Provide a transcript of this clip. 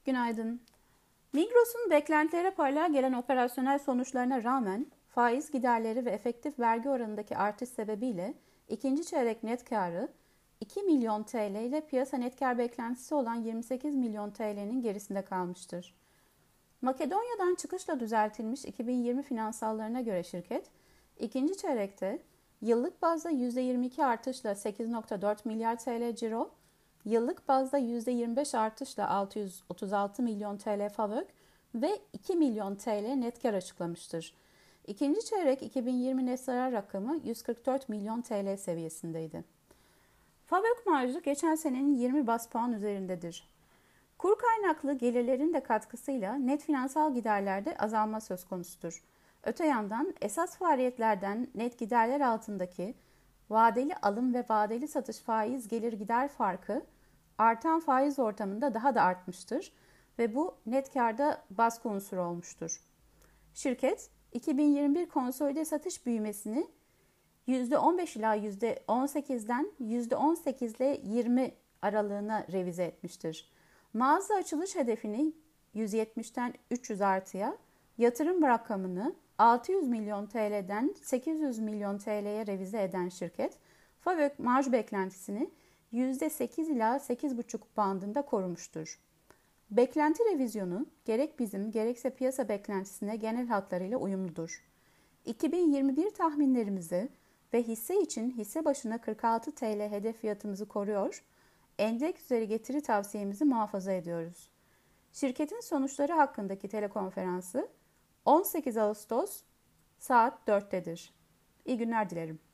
Günaydın. Migros'un beklentilere paralel gelen operasyonel sonuçlarına rağmen faiz giderleri ve efektif vergi oranındaki artış sebebiyle ikinci çeyrek net karı 2 milyon TL ile piyasa net kar beklentisi olan 28 milyon TL'nin gerisinde kalmıştır. Makedonya'dan çıkışla düzeltilmiş 2020 finansallarına göre şirket, ikinci çeyrekte yıllık bazda %22 artışla 8,4 milyar TL ciro, yıllık bazda %25 artışla 636 milyon TL FAVÖK ve 2 milyon TL net kar açıklamıştır. İkinci çeyrek 2020 net zarar rakamı 144 milyon TL seviyesindeydi. FAVÖK marjı geçen senenin 20 bas puan üzerindedir. Kur kaynaklı gelirlerin de katkısıyla net finansal giderlerde azalma söz konusudur. Öte yandan esas faaliyetlerden net giderler altındaki vadeli alım ve vadeli satış faiz gelir gider farkı artan faiz ortamında daha da artmıştır ve bu net karda baskı unsuru olmuştur. Şirket 2021 konsolide satış büyümesini %15 ila %18'den %18 ile 20 aralığına revize etmiştir. Mağaza açılış hedefini 170'ten 300 artıya, yatırım rakamını 600 milyon TL'den 800 milyon TL'ye revize eden şirket, FAVÖK marj beklentisini %8 ila 8,5 bandında korumuştur. Beklenti revizyonu gerek bizim gerekse piyasa beklentisine genel hatlarıyla uyumludur. 2021 tahminlerimizi ve hisse için hisse başına 46 TL hedef fiyatımızı koruyor, endeks üzeri getiri tavsiyemizi muhafaza ediyoruz. Şirketin sonuçları hakkındaki telekonferansı 18 Ağustos saat 4'tedir. İyi günler dilerim.